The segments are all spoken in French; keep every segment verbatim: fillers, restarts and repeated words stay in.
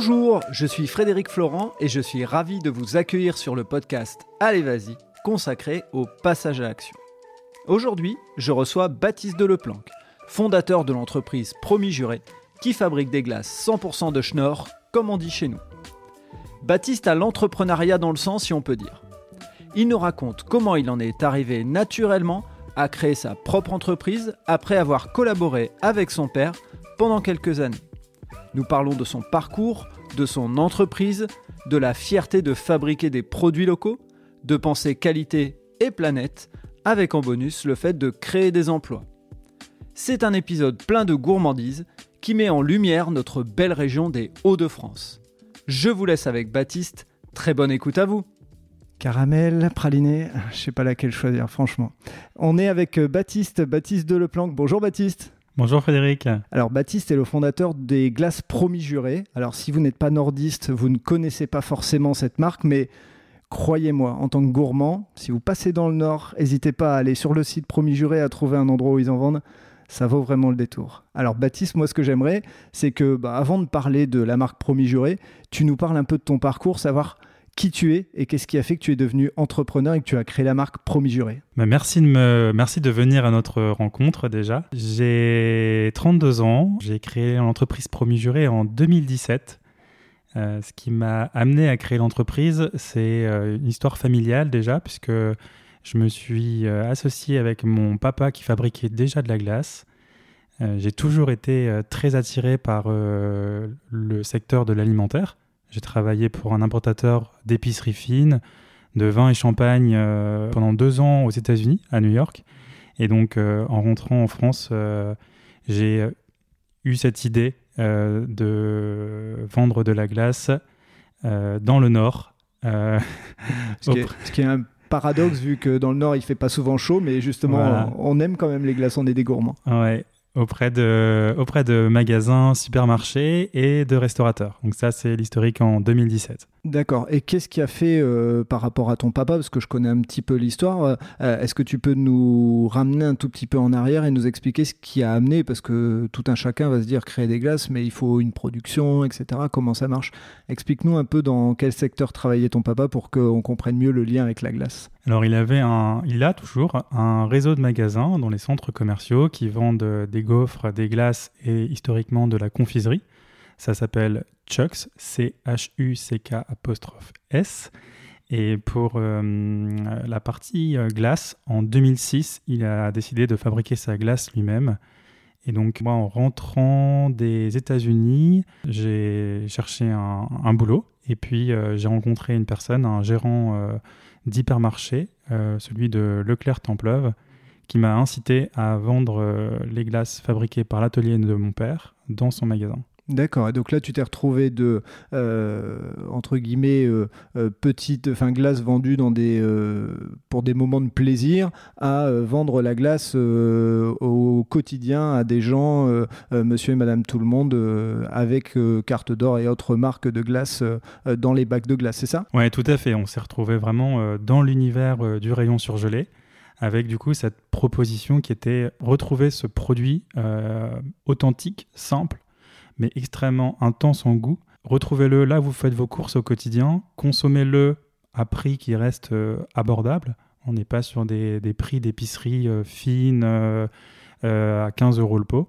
Bonjour, je suis Frédéric Florent et je suis ravi de vous accueillir sur le podcast Allez vas-y, consacré au passage à l'action. Aujourd'hui, je reçois Baptiste Deleplanque, fondateur de l'entreprise Promis Juré, qui fabrique des glaces cent pour cent de Schnorr, comme on dit chez nous. Baptiste a l'entrepreneuriat dans le sang, si on peut dire. Il nous raconte comment il en est arrivé naturellement à créer sa propre entreprise après avoir collaboré avec son père pendant quelques années. Nous parlons de son parcours, de son entreprise, de la fierté de fabriquer des produits locaux, de penser qualité et planète, avec en bonus le fait de créer des emplois. C'est un épisode plein de gourmandise qui met en lumière notre belle région des Hauts-de-France. Je vous laisse avec Baptiste, très bonne écoute à vous. Caramel, praliné, je sais pas laquelle choisir franchement. On est avec Baptiste, Baptiste Deleplanque. Bonjour Baptiste. Bonjour Frédéric. Alors Baptiste est le fondateur des glaces Promis Juré. Alors si vous n'êtes pas nordiste, vous ne connaissez pas forcément cette marque, mais croyez-moi, en tant que gourmand, si vous passez dans le Nord, n'hésitez pas à aller sur le site Promis Juré, à trouver un endroit où ils en vendent. Ça vaut vraiment le détour. Alors Baptiste, moi ce que j'aimerais, c'est que bah, avant de parler de la marque Promis Juré, tu nous parles un peu de ton parcours, savoir qui tu es et qu'est-ce qui a fait que tu es devenu entrepreneur et que tu as créé la marque Promis Juré. Bah merci, de me, merci de venir à notre rencontre déjà. J'ai trente-deux ans, j'ai créé l'entreprise Promis Juré en deux mille dix-sept. Euh, ce qui m'a amené à créer l'entreprise, c'est euh, une histoire familiale déjà, puisque je me suis euh, associé avec mon papa qui fabriquait déjà de la glace. Euh, j'ai toujours été euh, très attiré par euh, le secteur de l'alimentaire. J'ai travaillé pour un importateur d'épicerie fine, de vin et champagne euh, pendant deux ans aux États-Unis, à New York. Et donc, euh, en rentrant en France, euh, j'ai eu cette idée euh, de vendre de la glace euh, dans le Nord. Euh, ce, qui est, ce qui est un paradoxe, vu que dans le Nord, il ne fait pas souvent chaud, mais justement, voilà. on, on aime quand même les glaces, on est des gourmands. Ouais. Auprès de, auprès de magasins, supermarchés et de restaurateurs. Donc ça, c'est l'historique en deux mille dix-sept. D'accord. Et qu'est-ce qui a fait euh, par rapport à ton papa, parce que je connais un petit peu l'histoire, euh, est-ce que tu peux nous ramener un tout petit peu en arrière et nous expliquer ce qui a amené, parce que tout un chacun va se dire créer des glaces, mais il faut une production, et cetera. Comment ça marche ? Explique-nous un peu dans quel secteur travaillait ton papa pour qu'on comprenne mieux le lien avec la glace. Alors, il avait un, il a toujours un réseau de magasins dans les centres commerciaux qui vendent des gaufres, des glaces et historiquement de la confiserie. Ça s'appelle Chuck's, C H U C K apostrophe S. Et pour euh, la partie euh, glace, en deux mille six, il a décidé de fabriquer sa glace lui-même. Et donc, moi, en rentrant des États-Unis, j'ai cherché un, un boulot. Et puis, euh, j'ai rencontré une personne, un gérant euh, d'hypermarché, euh, celui de Leclerc-Templeuve, qui m'a incité à vendre euh, les glaces fabriquées par l'atelier de mon père dans son magasin. D'accord, et donc là tu t'es retrouvé de, euh, entre guillemets, euh, euh, petites enfin, glaces vendues dans des, euh, pour des moments de plaisir à euh, vendre la glace euh, au quotidien à des gens, euh, euh, monsieur et madame tout le monde, euh, avec euh, carte d'or et autres marques de glace euh, dans les bacs de glace, c'est ça ? Oui, tout à fait, on s'est retrouvé vraiment euh, dans l'univers euh, du rayon surgelé, avec du coup cette proposition qui était retrouver ce produit euh, authentique, simple, mais extrêmement intense en goût. Retrouvez-le là où vous faites vos courses au quotidien. Consommez-le à prix qui reste euh, abordable. On n'est pas sur des, des prix d'épicerie euh, fine euh, euh, à quinze euros le pot.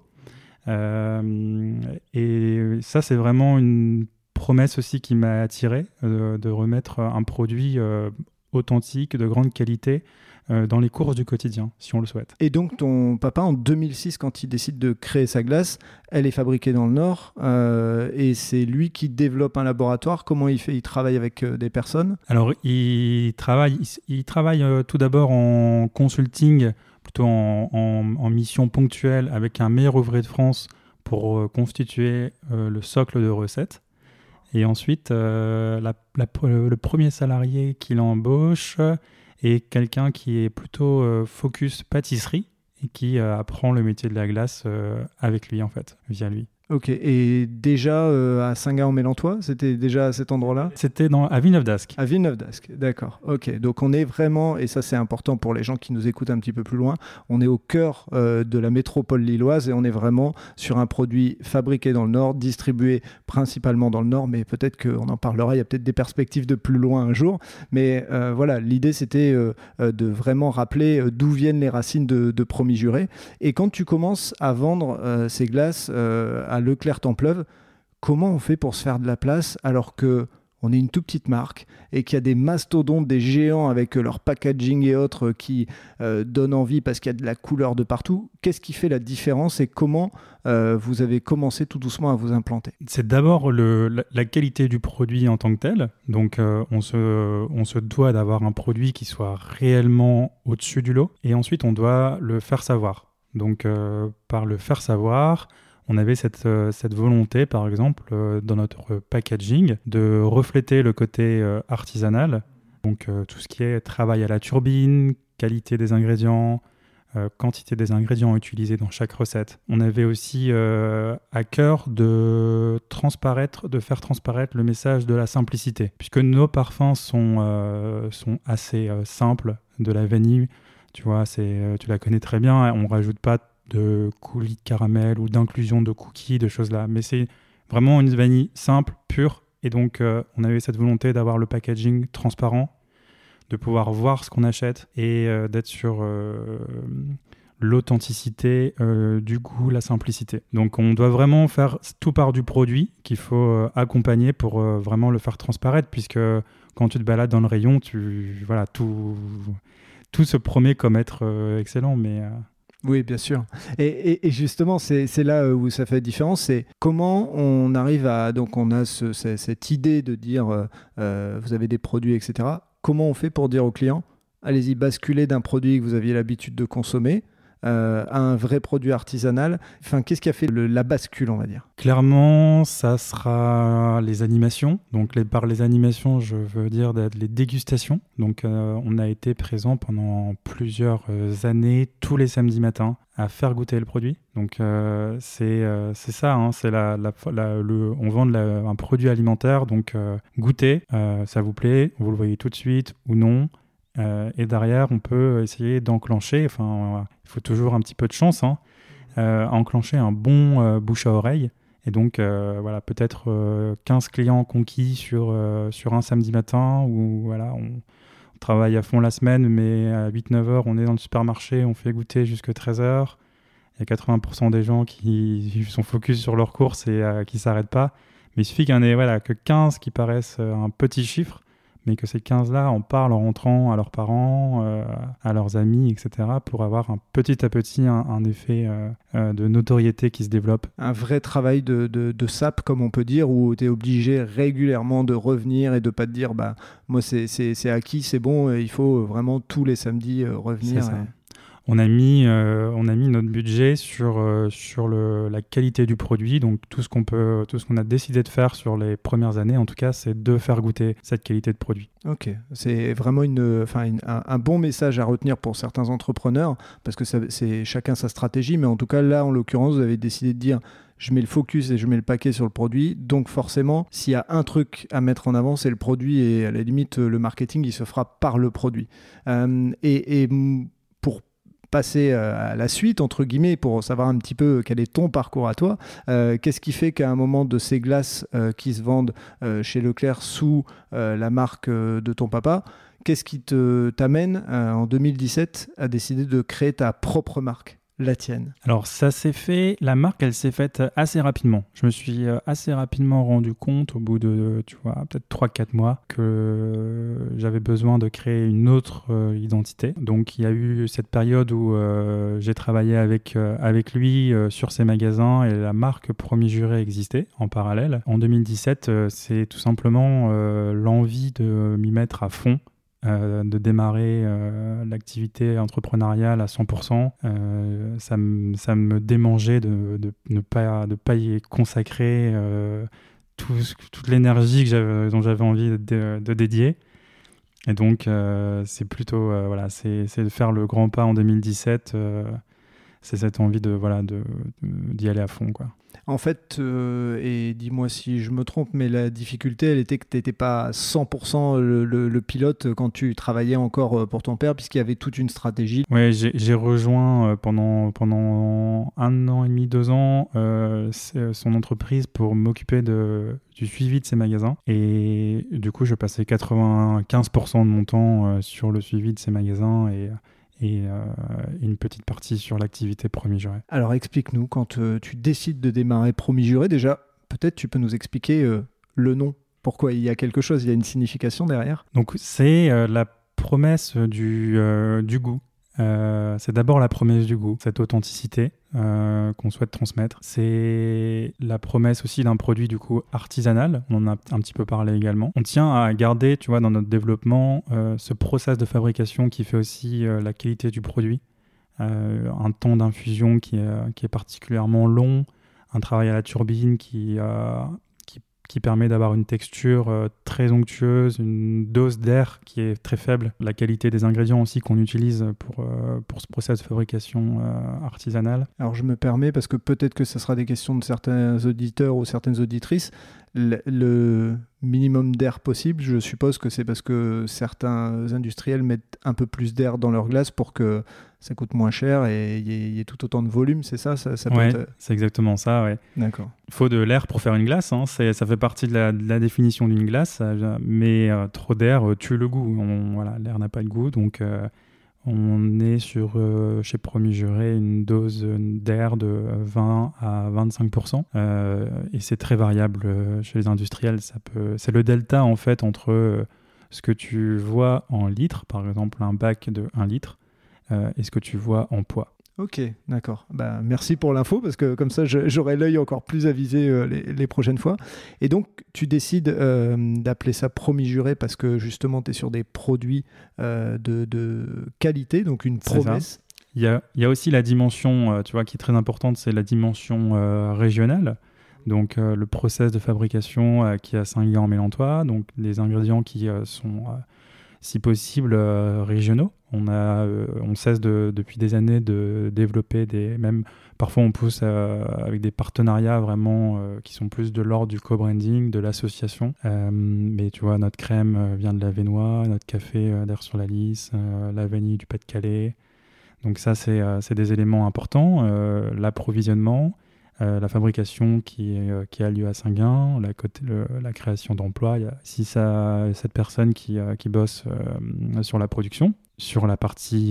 Euh, et ça, c'est vraiment une promesse aussi qui m'a attiré, euh, de remettre un produit euh, authentique, de grande qualité, Euh, dans les courses du quotidien, si on le souhaite. Et donc ton papa, en deux mille six, quand il décide de créer sa glace, elle est fabriquée dans le Nord, euh, et c'est lui qui développe un laboratoire. Comment il fait ? Il travaille avec euh, des personnes ? Alors, il travaille, il, il travaille euh, tout d'abord en consulting, plutôt en, en, en mission ponctuelle avec un meilleur ouvrier de France pour euh, constituer euh, le socle de recettes. Et ensuite, euh, la, la, le premier salarié qu'il embauche et quelqu'un qui est plutôt euh, focus pâtisserie et qui euh, apprend le métier de la glace euh, avec lui, en fait, via lui. Ok, et déjà euh, à Saint-Gall-en-Mélantois, c'était déjà à cet endroit-là? C'était dans, à Villeneuve-d'Ascq. À Villeneuve-d'Ascq, d'accord. Ok, donc on est vraiment, et ça c'est important pour les gens qui nous écoutent un petit peu plus loin, on est au cœur euh, de la métropole lilloise et on est vraiment sur un produit fabriqué dans le Nord, distribué principalement dans le Nord, mais peut-être qu'on en parlera, il y a peut-être des perspectives de plus loin un jour. Mais euh, voilà, l'idée c'était euh, de vraiment rappeler euh, d'où viennent les racines de, de Promis Jurés. Et quand tu commences à vendre euh, ces glaces euh, à Leclerc-Templeuve, comment on fait pour se faire de la place alors que on est une toute petite marque et qu'il y a des mastodontes, des géants avec leur packaging et autres qui euh, donnent envie parce qu'il y a de la couleur de partout? Qu'est-ce qui fait la différence et comment euh, vous avez commencé tout doucement à vous implanter? C'est d'abord le, la, la qualité du produit en tant que tel. Donc, euh, on, se, on se doit d'avoir un produit qui soit réellement au-dessus du lot. Et ensuite, on doit le faire savoir. Donc, euh, par le faire savoir, on avait cette, euh, cette volonté, par exemple, euh, dans notre packaging, de refléter le côté euh, artisanal. Donc, euh, tout ce qui est travail à la turbine, qualité des ingrédients, euh, quantité des ingrédients utilisés dans chaque recette. On avait aussi euh, à cœur de transparaître, de faire transparaître le message de la simplicité, puisque nos parfums sont, euh, sont assez euh, simples, de la vanille. Tu vois, c'est, tu la connais très bien, on ne rajoute pas de coulis de caramel ou d'inclusion de cookies, de choses là. Mais c'est vraiment une vanille simple, pure. Et donc, euh, on avait cette volonté d'avoir le packaging transparent, de pouvoir voir ce qu'on achète et euh, d'être sur euh, l'authenticité, euh, du goût, la simplicité. Donc, on doit vraiment faire tout part du produit qu'il faut euh, accompagner pour euh, vraiment le faire transparaître, puisque quand tu te balades dans le rayon, tu, voilà, tout... Tout se promet comme être euh, excellent, mais... Euh... Oui, bien sûr. Et, et, et justement, c'est, c'est là où ça fait la différence, c'est comment on arrive à... Donc, on a ce, ce, cette idée de dire, euh, euh, vous avez des produits, et cetera. Comment on fait pour dire au client, allez-y, basculez d'un produit que vous aviez l'habitude de consommer euh, à un vrai produit artisanal? Enfin, qu'est-ce qui a fait le, la bascule, on va dire? Clairement, ça sera les animations. Donc, les, par les animations, je veux dire les dégustations. Donc, euh, on a été présent pendant plusieurs années, tous les samedis matins, à faire goûter le produit. Donc, euh, c'est, euh, c'est ça, hein, c'est la, la, la, le, on vend de la, un produit alimentaire, donc euh, goûtez, euh, ça vous plaît, vous le voyez tout de suite ou non. Euh, et derrière, on peut essayer d'enclencher, enfin, il faut toujours un petit peu de chance, hein, euh, enclencher un bon euh, bouche à oreille. Et donc, euh, voilà, peut-être euh, quinze clients conquis sur, euh, sur un samedi matin où voilà, on, on travaille à fond la semaine, mais à huit neuf heures, on est dans le supermarché, on fait goûter jusqu'à treize heures. Il y a quatre-vingts pour cent des gens qui sont focus sur leurs courses et euh, qui ne s'arrêtent pas. Mais il suffit qu'il y en ait voilà, que quinze qui paraissent un petit chiffre, mais que ces quinze-là en parlent en rentrant à leurs parents, euh, à leurs amis, et cetera, pour avoir un petit à petit un, un effet euh, euh, de notoriété qui se développe. Un vrai travail de, de, de sape, comme on peut dire, où tu es obligé régulièrement de revenir et de ne pas te dire bah, « moi c'est, c'est, c'est acquis, c'est bon, il faut vraiment tous les samedis euh, revenir ». On a mis, euh, on a mis notre budget sur, euh, sur le, la qualité du produit. Donc, tout ce qu'on peut, tout ce qu'on a décidé de faire sur les premières années, en tout cas, c'est de faire goûter cette qualité de produit. Ok, c'est vraiment une, enfin une, un, un bon message à retenir pour certains entrepreneurs, parce que ça, c'est chacun sa stratégie. Mais en tout cas, là, en l'occurrence, vous avez décidé de dire je mets le focus et je mets le paquet sur le produit. Donc forcément, s'il y a un truc à mettre en avant, c'est le produit. Et à la limite, le marketing, il se fera par le produit. Euh, et, et pour passer à la suite, entre guillemets, pour savoir un petit peu quel est ton parcours à toi. Euh, qu'est-ce qui fait qu'à un moment de ces glaces euh, qui se vendent euh, chez Leclerc sous euh, la marque euh, de ton papa, qu'est-ce qui te, t'amène euh, en deux mille dix-sept à décider de créer ta propre marque, la tienne? Alors ça s'est fait, la marque elle s'est faite assez rapidement. Je me suis assez rapidement rendu compte au bout de, tu vois, peut-être trois quatre mois que j'avais besoin de créer une autre euh, identité. Donc il y a eu cette période où euh, j'ai travaillé avec, euh, avec lui euh, sur ses magasins et la marque Promis Jurés existait en parallèle. En deux mille dix-sept, euh, c'est tout simplement euh, l'envie de m'y mettre à fond. Euh, de démarrer euh, l'activité entrepreneuriale à cent pour cent. Euh, ça, m- ça me démangeait de, de ne pas, de pas y consacrer euh, tout, toute l'énergie que j'avais, dont j'avais envie de, de dédier. Et donc, euh, c'est plutôt, euh, voilà, c'est, c'est de faire le grand pas en deux mille dix-sept. Euh, c'est cette envie de, voilà, de, de, d'y aller à fond, quoi. En fait, euh, et dis-moi si je me trompe, mais la difficulté, elle était que tu n'étais pas à cent pour cent le, le, le pilote quand tu travaillais encore pour ton père, puisqu'il y avait toute une stratégie. Oui, j'ai, j'ai rejoint pendant, pendant un an et demi, deux ans, euh, son entreprise pour m'occuper de, du suivi de ses magasins. Et du coup, je passais quatre-vingt-quinze pour cent de mon temps sur le suivi de ses magasins et... et euh, une petite partie sur l'activité Promis Juré. Alors explique-nous, quand euh, tu décides de démarrer Promis Juré, déjà, peut-être tu peux nous expliquer euh, le nom. Pourquoi il y a quelque chose, il y a une signification derrière? Donc c'est euh, la promesse du, euh, du goût. Euh, c'est d'abord la promesse du goût, cette authenticité euh, qu'on souhaite transmettre. C'est la promesse aussi d'un produit du coup artisanal, on en a un petit peu parlé également. On tient à garder, tu vois, dans notre développement, euh, ce process de fabrication qui fait aussi euh, la qualité du produit. Euh, un temps d'infusion qui est, qui est particulièrement long, un travail à la turbine qui... Euh, qui permet d'avoir une texture euh, très onctueuse, une dose d'air qui est très faible, la qualité des ingrédients aussi qu'on utilise pour, euh, pour ce process de fabrication euh, artisanale. Alors je me permets, parce que peut-être que ce sera des questions de certains auditeurs ou certaines auditrices, le, le minimum d'air possible, je suppose que c'est parce que certains industriels mettent un peu plus d'air dans leur glace pour que ça coûte moins cher et il y, y ait tout autant de volume, c'est ça, ça, ça peut ouais, être... c'est exactement ça, ouais. D'accord. Il faut de l'air pour faire une glace, hein. c'est, ça fait partie de la, de la définition d'une glace, mais euh, trop d'air euh, tue le goût. On, voilà, l'air n'a pas de goût, donc euh, on est sur, euh, chez Promis Juré, une dose d'air de vingt à vingt-cinq pour cent, euh, et c'est très variable euh, chez les industriels. Ça peut... C'est le delta en fait entre euh, ce que tu vois en litres, par exemple un bac de un litre, euh, et ce que tu vois en poids. Ok, d'accord. Bah, merci pour l'info, parce que comme ça, je, j'aurai l'œil encore plus avisé euh, les, les prochaines fois. Et donc, tu décides euh, d'appeler ça Promis Juré parce que justement, tu es sur des produits euh, de, de qualité, donc une promesse. Il y a, il y a aussi la dimension, euh, tu vois, qui est très importante, c'est la dimension euh, régionale. Donc, euh, le process de fabrication euh, qui est à Saint-Guilhem-en-Mélantois, donc les ingrédients qui euh, sont... Euh, si possible, euh, régionaux. On, a, euh, on cesse de, depuis des années de développer des... Même, parfois, on pousse euh, avec des partenariats vraiment euh, qui sont plus de l'ordre du co-branding, de l'association. Euh, mais tu vois, notre crème vient de la Vénois, notre café euh, d'Air sur la Lys, euh, la vanille du Pas-de-Calais. Donc ça, c'est, euh, c'est des éléments importants. Euh, l'approvisionnement, Euh, la fabrication qui, est, euh, qui a lieu à Saint-Guin, la, côté, le, la création d'emplois. Il y a six à sept personnes qui, euh, qui bossent euh, sur la production. Sur la partie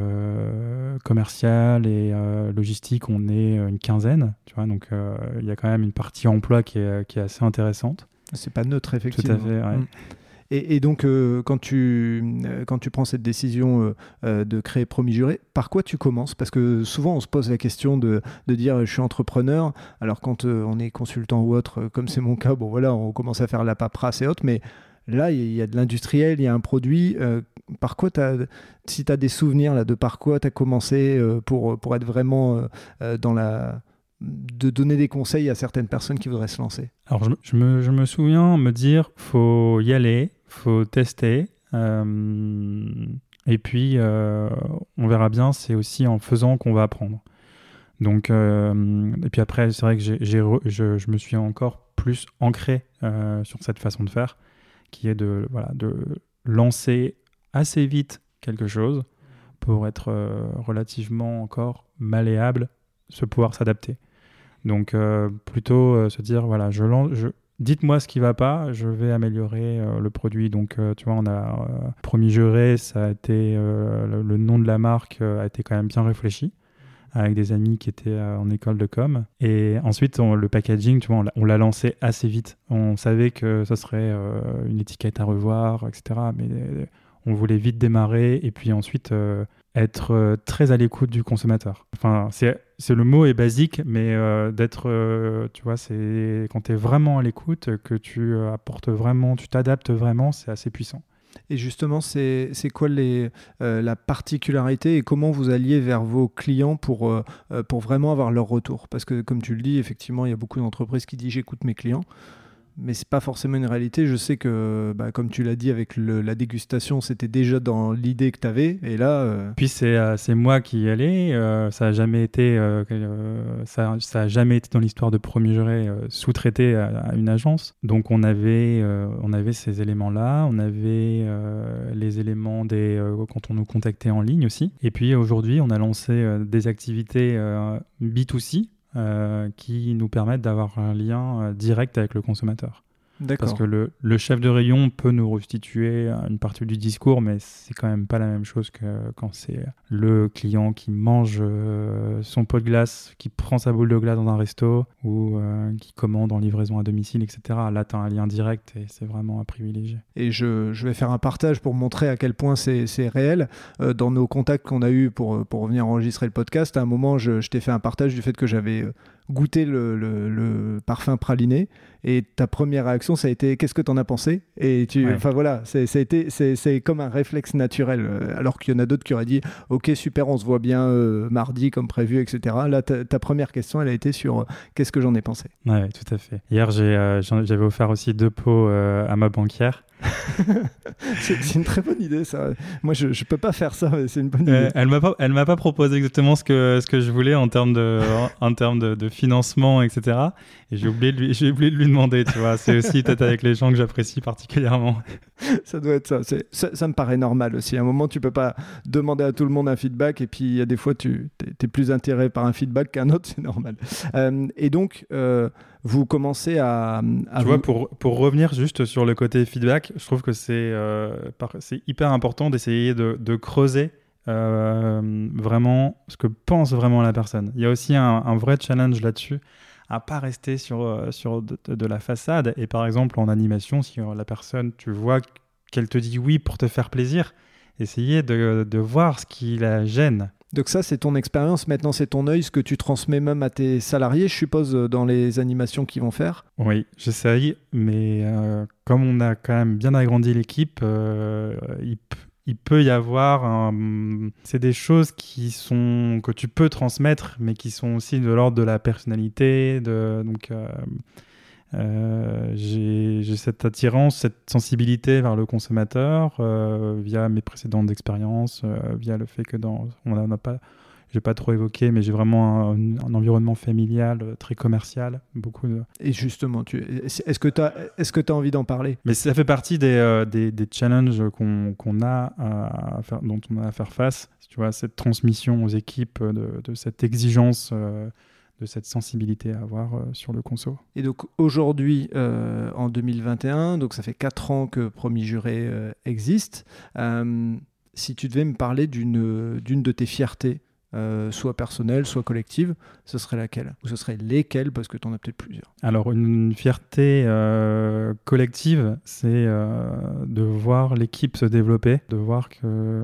euh, commerciale et euh, logistique, on est une quinzaine. Tu vois, donc euh, il y a quand même une partie emploi qui est, qui est assez intéressante. C'est pas neutre, effectivement. Tout à fait, ouais. Mmh. Et, et donc, euh, quand, tu, euh, quand tu prends cette décision euh, euh, de créer Promis Juré, par quoi tu commences? Parce que souvent, on se pose la question de, de dire « je suis entrepreneur ». Alors, quand euh, on est consultant ou autre, euh, comme c'est mon cas, bon voilà, on commence à faire la paperasse et autres, mais là, il y, y a de l'industriel, il y a un produit. Euh, par quoi t'as, si tu as des souvenirs là, de par quoi tu as commencé euh, pour, pour être vraiment euh, dans la... de donner des conseils à certaines personnes qui voudraient se lancer? Alors, je, je, me, je me souviens me dire, faut y aller, faut tester, euh, et puis euh, on verra bien, c'est aussi en faisant qu'on va apprendre. Donc, euh, et puis après, c'est vrai que j'ai, j'ai, je, je me suis encore plus ancré euh, sur cette façon de faire, qui est de, voilà, de lancer assez vite quelque chose pour être euh, relativement encore malléable, se pouvoir s'adapter. Donc, euh, plutôt euh, se dire, voilà, je lance, je, dites-moi ce qui ne va pas, je vais améliorer euh, le produit. Donc, euh, tu vois, on a euh, Promis Juré, ça a été, euh, le, le nom de la marque euh, a été quand même bien réfléchi, avec des amis qui étaient euh, en école de com. Et ensuite, on, le packaging, tu vois, on l'a, on l'a lancé assez vite. On savait que ça serait euh, une étiquette à revoir, et cetera. Mais euh, on voulait vite démarrer et puis ensuite euh, être euh, très à l'écoute du consommateur. Enfin, c'est, c'est le mot est basique, mais euh, d'être, euh, tu vois, c'est quand tu es vraiment à l'écoute, que tu euh, apportes vraiment, tu t'adaptes vraiment, c'est assez puissant. Et justement, c'est, c'est quoi les, euh, la particularité et comment vous alliez vers vos clients pour, euh, pour vraiment avoir leur retour? Parce que comme tu le dis, effectivement, il y a beaucoup d'entreprises qui disent « j'écoute mes clients ». mais c'est pas forcément une réalité. Je sais que, bah, comme tu l'as dit, avec le, la dégustation, c'était déjà dans l'idée que tu avais. Et là. Euh... Puis c'est, euh, c'est moi qui y allais. Euh, ça a jamais été, euh, euh, ça, ça a jamais été dans l'histoire de Promis Juré euh, sous-traité à, à une agence. Donc on avait, euh, on avait ces éléments-là. On avait euh, les éléments des euh, quand on nous contactait en ligne aussi. Et puis aujourd'hui, on a lancé euh, des activités euh, B deux C. Euh, qui nous permettent d'avoir un lien euh, direct avec le consommateur. D'accord. Parce que le, le chef de rayon peut nous restituer une partie du discours, mais c'est quand même pas la même chose que quand c'est le client qui mange euh, son pot de glace, qui prend sa boule de glace dans un resto ou euh, qui commande en livraison à domicile, et cetera. Là, tu as un lien direct et c'est vraiment à privilégier. Et je, je vais faire un partage pour montrer à quel point c'est, c'est réel. Euh, dans nos contacts qu'on a eus pour, pour venir enregistrer le podcast, à un moment, je, je t'ai fait un partage du fait que j'avais goûté le, le, le parfum praliné. Et ta première réaction, ça a été « Qu'est-ce que tu en as pensé ?» Et tu, enfin ouais. voilà, c'est, ça a été, c'est, c'est comme un réflexe naturel. Alors qu'il y en a d'autres qui auraient dit « Ok, super, on se voit bien euh, mardi comme prévu, et cetera » Là, ta, ta première question, elle a été sur euh, « Qu'est-ce que j'en ai pensé ?» Ouais, tout à fait. Hier, j'ai, euh, j'avais offert aussi deux pots euh, à ma banquière. c'est, c'est une très bonne idée, ça. Moi, je ne peux pas faire ça, mais c'est une bonne euh, idée. Elle m'a pas, elle m'a pas proposé exactement ce que, ce que je voulais en termes de, en, en termes de, de financement, et cetera. Et j'ai oublié de lui, j'ai oublié de lui demander, tu vois. C'est aussi peut-être avec les gens que j'apprécie particulièrement. Ça doit être ça. C'est, ça. Ça me paraît normal aussi. À un moment, tu peux pas demander à tout le monde un feedback, et puis il y a des fois, tu es plus intéressé par un feedback qu'un autre, c'est normal. Euh, et donc, euh, vous commencez à... à tu vous... vois, pour, pour revenir juste sur le côté feedback, je trouve que c'est, euh, par, c'est hyper important d'essayer de, de creuser euh, vraiment ce que pense vraiment la personne. Il y a aussi un, un vrai challenge là-dessus, à pas rester sur, sur de, de la façade. Et par exemple, en animation, si la personne, tu vois qu'elle te dit oui pour te faire plaisir, essayer de, de voir ce qui la gêne. Donc ça, c'est ton expérience. Maintenant, c'est ton œil, ce que tu transmets même à tes salariés, je suppose, dans les animations qu'ils vont faire. Oui, j'essaye, mais euh, comme on a quand même bien agrandi l'équipe, euh, il, p- il peut y avoir... Un... C'est des choses qui sont, que tu peux transmettre, mais qui sont aussi de l'ordre de la personnalité. De, donc, euh, euh, j'ai, j'ai cette attirance, cette sensibilité vers le consommateur euh, via mes précédentes expériences, euh, via le fait que dans... On n'a pas... Je n'ai pas trop évoqué, mais j'ai vraiment un, un environnement familial très commercial. Beaucoup de... Et justement, tu, est-ce que tu as est-ce que tu as envie d'en parler ? Mais ça fait partie des, euh, des, des challenges qu'on, qu'on a à faire, dont on a à faire face. Tu vois, cette transmission aux équipes de, de cette exigence, euh, de cette sensibilité à avoir euh, sur le conso. Et donc aujourd'hui, euh, en deux mille vingt et un, donc ça fait quatre ans que Promis Juré euh, existe. Euh, si tu devais me parler d'une, d'une de tes fiertés, Euh, soit personnelle, soit collective, ce serait laquelle ? Ou ce serait lesquelles, parce que tu en as peut-être plusieurs. Alors, une fierté euh, collective, c'est euh, de voir l'équipe se développer, de voir que euh,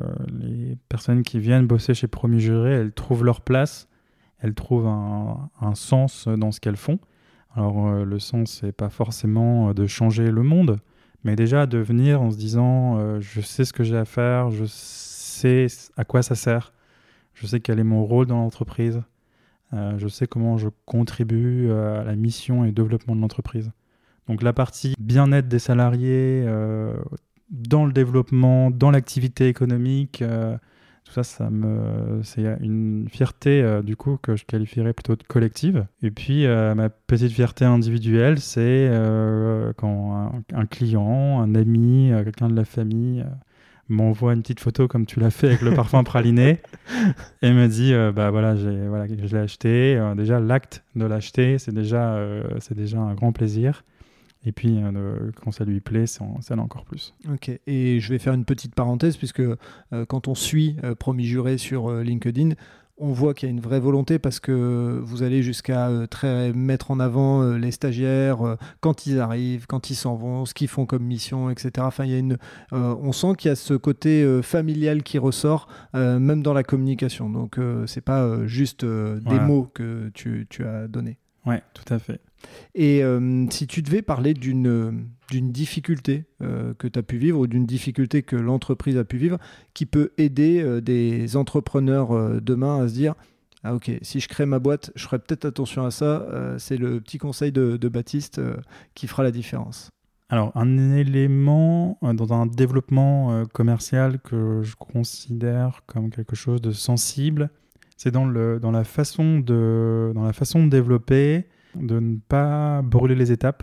les personnes qui viennent bosser chez Promis Juré, elles trouvent leur place, elles trouvent un, un sens dans ce qu'elles font. Alors, euh, le sens, c'est pas forcément de changer le monde, mais déjà de venir en se disant euh, je sais ce que j'ai à faire, je sais à quoi ça sert. Je sais quel est mon rôle dans l'entreprise. Euh, je sais comment je contribue à la mission et au développement de l'entreprise. Donc la partie bien-être des salariés, euh, dans le développement, dans l'activité économique, euh, tout ça, ça me, c'est une fierté euh, du coup que je qualifierais plutôt de collective. Et puis euh, ma petite fierté individuelle, c'est euh, quand un, un client, un ami, euh, quelqu'un de la famille... Euh, m'envoie une petite photo comme tu l'as fait avec le parfum praliné et me dit euh, bah voilà, j'ai, voilà je l'ai acheté. Euh, déjà l'acte de l'acheter, c'est déjà, euh, c'est déjà un grand plaisir. Et puis euh, quand ça lui plaît, ça en, ça en a encore plus. Ok, et je vais faire une petite parenthèse puisque euh, quand on suit euh, Promis Juré sur euh, LinkedIn, on voit qu'il y a une vraie volonté parce que vous allez jusqu'à euh, très mettre en avant euh, les stagiaires, euh, quand ils arrivent, quand ils s'en vont, ce qu'ils font comme mission, et cetera. Enfin, il y a une, euh, on sent qu'il y a ce côté euh, familial qui ressort, euh, même dans la communication. Donc, euh, c'est pas euh, juste euh, des voilà. mots que tu, tu as donnés. Ouais, tout à fait. Et euh, si tu devais parler d'une, d'une difficulté euh, que tu as pu vivre ou d'une difficulté que l'entreprise a pu vivre qui peut aider euh, des entrepreneurs euh, demain à se dire Ah ok, si je crée ma boîte, je ferai peut-être attention à ça. Euh, c'est le petit conseil de, de Baptiste euh, qui fera la différence. Alors, un élément euh, dans un développement euh, commercial que je considère comme quelque chose de sensible, c'est dans, le, dans, la façon de, dans la façon de développer, de ne pas brûler les étapes,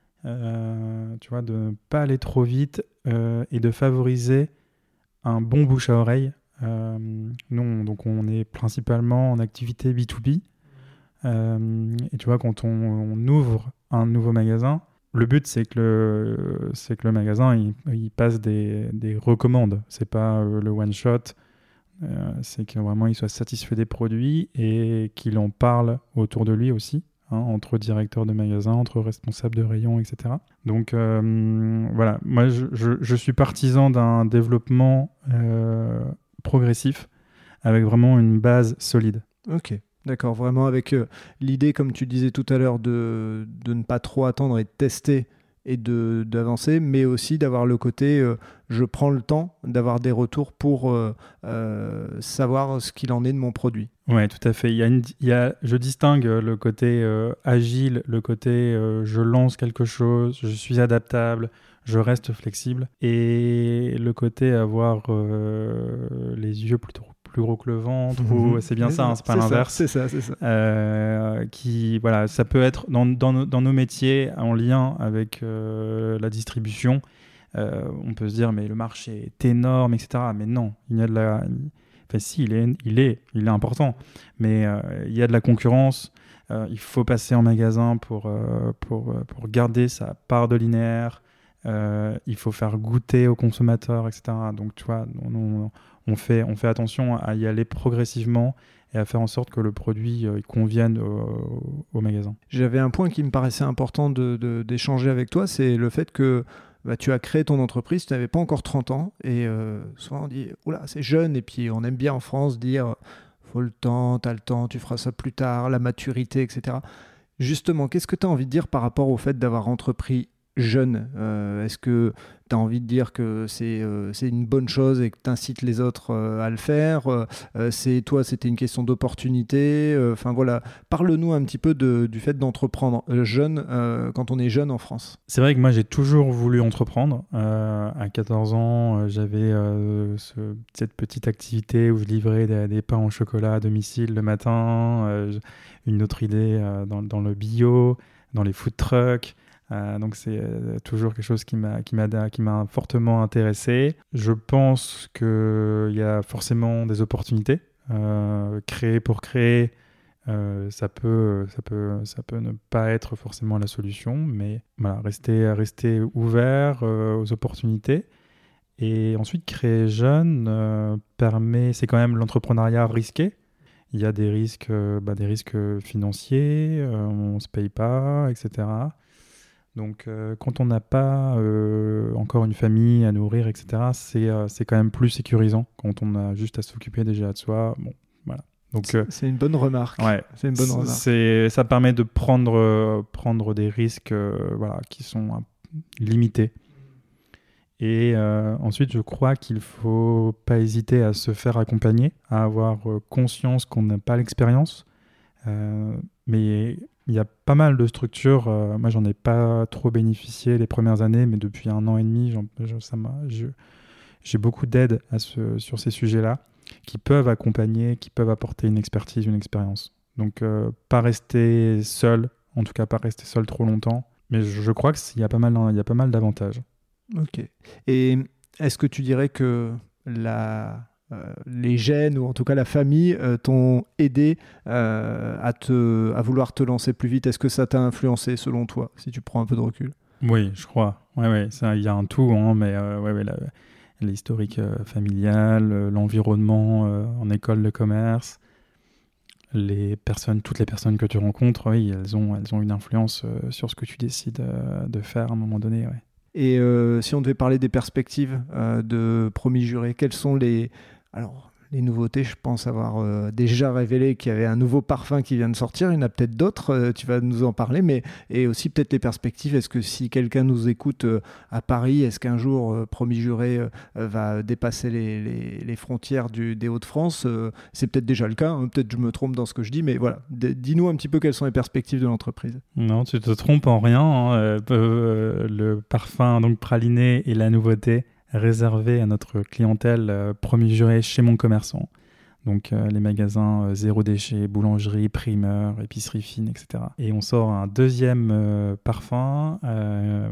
euh, tu vois, de ne pas aller trop vite euh, et de favoriser un bon bouche à oreille. Euh, nous, on, donc on est principalement en activité B deux B. Euh, et tu vois, quand on, on ouvre un nouveau magasin, le but, c'est que le, c'est que le magasin, il, il passe des, des recommandes. C'est pas euh, le one-shot. Euh, c'est que vraiment, il soit satisfait des produits et qu'il en parle autour de lui aussi, hein, entre directeurs de magasin, entre responsables de rayon, et cetera. Donc, euh, voilà. Moi, je, je, je suis partisan d'un développement euh, progressif avec vraiment une base solide. Ok. D'accord, vraiment avec euh, l'idée, comme tu disais tout à l'heure, de, de ne pas trop attendre et de tester et de, d'avancer, mais aussi d'avoir le côté, euh, je prends le temps d'avoir des retours pour euh, euh, savoir ce qu'il en est de mon produit. Oui, tout à fait. Il y a une, il y a, je distingue le côté euh, agile, le côté euh, je lance quelque chose, je suis adaptable, je reste flexible, et le côté avoir euh, les yeux plutôt plus gros que le ventre, mmh. ou c'est bien ça, hein, c'est pas c'est l'inverse. Ça, c'est ça, c'est ça. Euh, qui, voilà, ça peut être dans, dans, nos, dans nos métiers en lien avec euh, la distribution. Euh, on peut se dire, mais le marché est énorme, et cetera. Mais non, il y a de la... Enfin, si, il est, il est, il est important. Mais euh, il y a de la concurrence. Euh, il faut passer en magasin pour, euh, pour, pour garder sa part de linéaire. Euh, il faut faire goûter aux consommateurs, et cetera. Donc, tu vois, on, on, on, fait, on fait attention à y aller progressivement et à faire en sorte que le produit euh, convienne au, au magasin. J'avais un point qui me paraissait important de, de, d'échanger avec toi, c'est le fait que bah, tu as créé ton entreprise, tu n'avais pas encore trente ans, et euh, souvent on dit « Oula, c'est jeune », et puis on aime bien en France dire « Faut le temps, t'as le temps, tu feras ça plus tard, la maturité, et cetera » Justement, qu'est-ce que tu as envie de dire par rapport au fait d'avoir entrepris jeune? euh, Est-ce que tu as envie de dire que c'est, euh, c'est une bonne chose et que tu incites les autres euh, à le faire? euh, c'est, Toi, c'était une question d'opportunité? Enfin euh, voilà, parle-nous un petit peu de, du fait d'entreprendre euh, jeune euh, quand on est jeune en France. C'est vrai que moi, j'ai toujours voulu entreprendre. Euh, à quatorze ans, euh, j'avais euh, ce, cette petite activité où je livrais des, des pains au chocolat à domicile le matin. Euh, une autre idée euh, dans, dans le bio, dans les food trucks. Euh, donc c'est euh, toujours quelque chose qui m'a, qui, m'a, qui m'a fortement intéressé. Je pense qu'il y a forcément des opportunités. Euh, créer pour créer, euh, ça, peut, ça, peut, ça peut ne pas être forcément la solution, mais voilà, rester, rester ouvert euh, aux opportunités. Et ensuite, créer jeune euh, permet, c'est quand même l'entrepreneuriat risqué. Il y a des risques, euh, bah, des risques financiers, euh, on ne se paye pas, et cetera. Donc, euh, quand on n'a pas euh, encore une famille à nourrir, et cetera, c'est, euh, c'est quand même plus sécurisant quand on a juste à s'occuper déjà de soi. Bon, voilà. Donc, c'est, euh, c'est une bonne remarque. Ouais, c'est une bonne remarque. C'est, ça permet de prendre, euh, prendre des risques euh, voilà, qui sont euh, limités. Et euh, ensuite, je crois qu'il ne faut pas hésiter à se faire accompagner, à avoir euh, conscience qu'on n'a pas l'expérience. Euh, mais il y a pas mal de structures. Euh, moi, j'en ai pas trop bénéficié les premières années, mais depuis un an et demi, j'en, je, ça m'a, je, j'ai beaucoup d'aide à ce, sur ces sujets-là, qui peuvent accompagner, qui peuvent apporter une expertise, une expérience. Donc, euh, pas rester seul, en tout cas pas rester seul trop longtemps. Mais je, je crois qu'il y a pas mal, il y a pas mal d'avantages. Ok. Et est-ce que tu dirais que la... Euh, les gènes ou en tout cas la famille euh, t'ont aidé euh, à, te, à vouloir te lancer plus vite? Est-ce que ça t'a influencé selon toi, si tu prends un peu de recul? Oui, je crois. Ouais, ouais, ça, il y a un tout, hein, mais euh, ouais, ouais, la, l'historique euh, familial, euh, l'environnement euh, en école de commerce, les personnes, toutes les personnes que tu rencontres, oui, elles ont, elles ont une influence euh, sur ce que tu décides euh, de faire à un moment donné. Ouais. Et euh, si on devait parler des perspectives euh, de Promis Juré, quelles sont les... Alors, les nouveautés, je pense avoir euh, déjà révélé qu'il y avait un nouveau parfum qui vient de sortir. Il y en a peut-être d'autres, euh, tu vas nous en parler, mais et aussi peut-être les perspectives. Est-ce que si quelqu'un nous écoute euh, à Paris, est-ce qu'un jour euh, Promis Juré euh, va dépasser les, les, les frontières du, des Hauts-de-France? euh, C'est peut-être déjà le cas, hein, peut-être je me trompe dans ce que je dis, mais voilà. D- dis-nous un petit peu quelles sont les perspectives de l'entreprise. Non, tu te trompes en rien. Hein. Euh, euh, le parfum donc praliné est la nouveauté réservé à notre clientèle euh, Promis Juré chez Mon Commerçant. Donc euh, les magasins euh, zéro déchet, boulangerie, primeur, épicerie fine, et cetera. Et on sort un deuxième euh, parfum euh,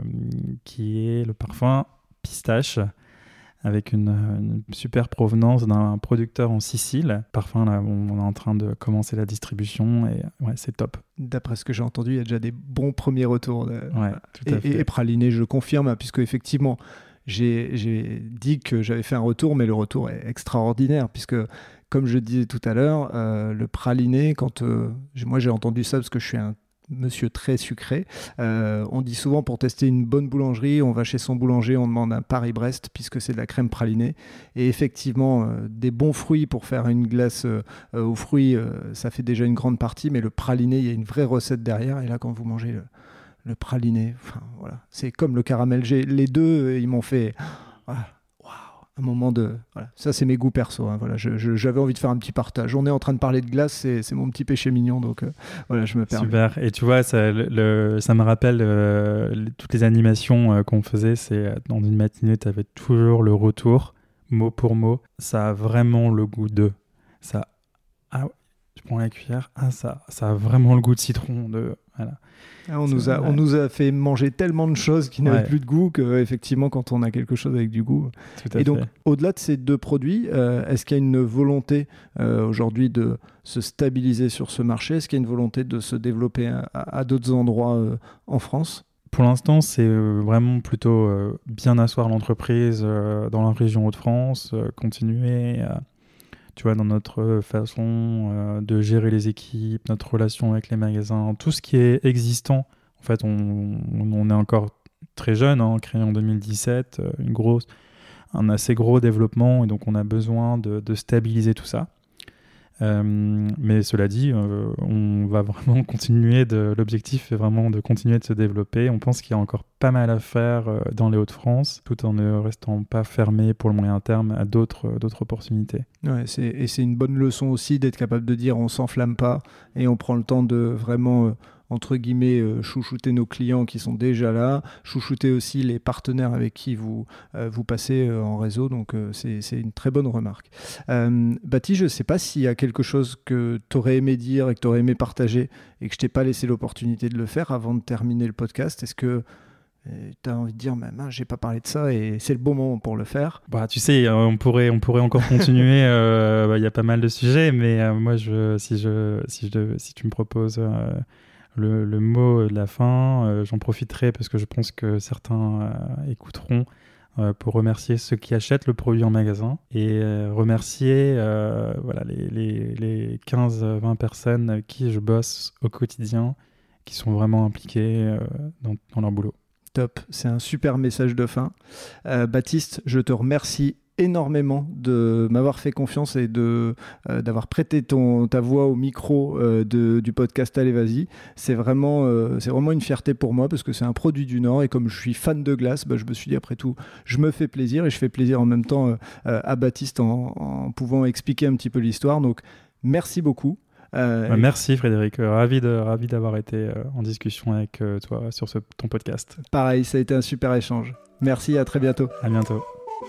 qui est le parfum pistache avec une, une super provenance d'un producteur en Sicile. Parfum, là, on est en train de commencer la distribution et ouais, c'est top. D'après ce que j'ai entendu, il y a déjà des bons premiers retours. De... Ouais, tout à et, fait. Et, et praliné, je confirme, puisque effectivement, J'ai, j'ai dit que j'avais fait un retour, mais le retour est extraordinaire, puisque, comme je disais tout à l'heure, euh, le praliné, quand euh, moi j'ai entendu ça parce que je suis un monsieur très sucré, euh, on dit souvent pour tester une bonne boulangerie, on va chez son boulanger, on demande un Paris-Brest, puisque c'est de la crème pralinée. Et effectivement, euh, des bons fruits pour faire une glace euh, aux fruits, euh, ça fait déjà une grande partie, mais le praliné, il y a une vraie recette derrière, et là quand vous mangez le Le praliné, enfin voilà, c'est comme le caramel. J'ai, les deux, ils m'ont fait voilà, waouh, un moment de. Voilà. Ça, c'est mes goûts perso. Hein, voilà, je, je, j'avais envie de faire un petit partage. On est en train de parler de glace, c'est, c'est mon petit péché mignon, donc euh, voilà, je me permets. Super. Et tu vois, ça, le, le, ça me rappelle euh, les, toutes les animations euh, qu'on faisait. C'est dans une matinée, tu avais toujours le retour, mot pour mot. Ça a vraiment le goût de. Ça. Ah, je prends la cuillère. Ah, ça, ça a vraiment le goût de citron. De. Voilà. Ah, on, nous a, ouais. on nous a fait manger tellement de choses qui n'avaient ouais. plus de goût qu'effectivement, quand on a quelque chose avec du goût. Tout à Et donc, fait. Au-delà de ces deux produits, euh, est-ce qu'il y a une volonté euh, aujourd'hui de se stabiliser sur ce marché? Est-ce qu'il y a une volonté de se développer à, à, à d'autres endroits euh, en France? Pour l'instant, c'est euh, vraiment plutôt euh, bien asseoir l'entreprise euh, dans la région Hauts-de-France, euh, continuer à... Tu vois, dans notre façon euh, de gérer les équipes, notre relation avec les magasins, tout ce qui est existant. En fait, on, on est encore très jeune, hein, créé en deux mille dix-sept, euh, une grosse, un assez gros développement, et donc on a besoin de, de stabiliser tout ça. Euh, mais cela dit, euh, on va vraiment continuer, de, l'objectif est vraiment de continuer de se développer. On pense qu'il y a encore pas mal à faire euh, dans les Hauts-de-France, tout en ne restant pas fermé pour le moyen terme à d'autres, euh, d'autres opportunités. Ouais, c'est, et c'est une bonne leçon aussi d'être capable de dire on s'enflamme pas et on prend le temps de vraiment... Euh, entre guillemets, euh, chouchouter nos clients qui sont déjà là, chouchouter aussi les partenaires avec qui vous, euh, vous passez euh, en réseau. Donc, euh, c'est, c'est une très bonne remarque. Euh, Baptiste, je ne sais pas s'il y a quelque chose que tu aurais aimé dire et que tu aurais aimé partager et que je ne t'ai pas laissé l'opportunité de le faire avant de terminer le podcast. Est-ce que tu as envie de dire, mais mince, j'ai pas parlé de ça et c'est le bon moment pour le faire? Bah, tu sais, on pourrait, on pourrait encore continuer. Il euh, bah, y a pas mal de sujets, mais euh, moi, je, si, je, si, je, si tu me proposes... Euh, Le, le mot de la fin, euh, j'en profiterai parce que je pense que certains euh, écouteront euh, pour remercier ceux qui achètent le produit en magasin et euh, remercier euh, voilà, les, les, les quinze à vingt personnes avec qui je bosse au quotidien, qui sont vraiment impliquées euh, dans, dans leur boulot. Top, c'est un super message de fin. Euh, Baptiste, je te remercie énormément de m'avoir fait confiance et de, euh, d'avoir prêté ton, ta voix au micro euh, de, du podcast Allez Vas-y. C'est vraiment, euh, c'est vraiment une fierté pour moi parce que c'est un produit du Nord et comme je suis fan de glace, bah, je me suis dit après tout, je me fais plaisir et je fais plaisir en même temps euh, à Baptiste en, en pouvant expliquer un petit peu l'histoire. Donc, merci beaucoup. Euh, Merci Frédéric, ravi, de, ravi d'avoir été euh, en discussion avec euh, toi sur ce, ton podcast. Pareil, ça a été un super échange. Merci, à très bientôt. À bientôt.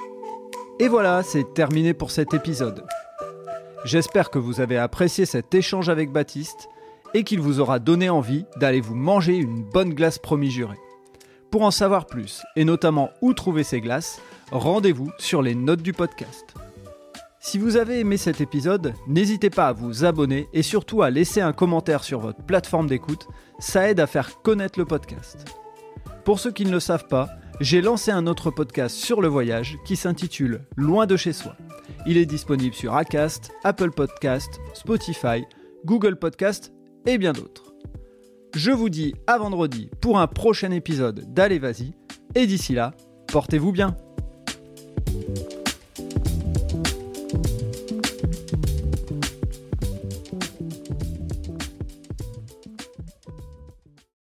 Et voilà, c'est terminé pour cet épisode. J'espère que vous avez apprécié cet échange avec Baptiste et qu'il vous aura donné envie d'aller vous manger une bonne glace Promis Juré. Pour en savoir plus, et notamment où trouver ces glaces, rendez-vous sur les notes du podcast. Si vous avez aimé cet épisode, n'hésitez pas à vous abonner et surtout à laisser un commentaire sur votre plateforme d'écoute, ça aide à faire connaître le podcast. Pour ceux qui ne le savent pas, j'ai lancé un autre podcast sur le voyage qui s'intitule « Loin de chez soi ». Il est disponible sur Acast, Apple Podcast, Spotify, Google Podcast et bien d'autres. Je vous dis à vendredi pour un prochain épisode d'Allez Vas-y et d'ici là, portez-vous bien.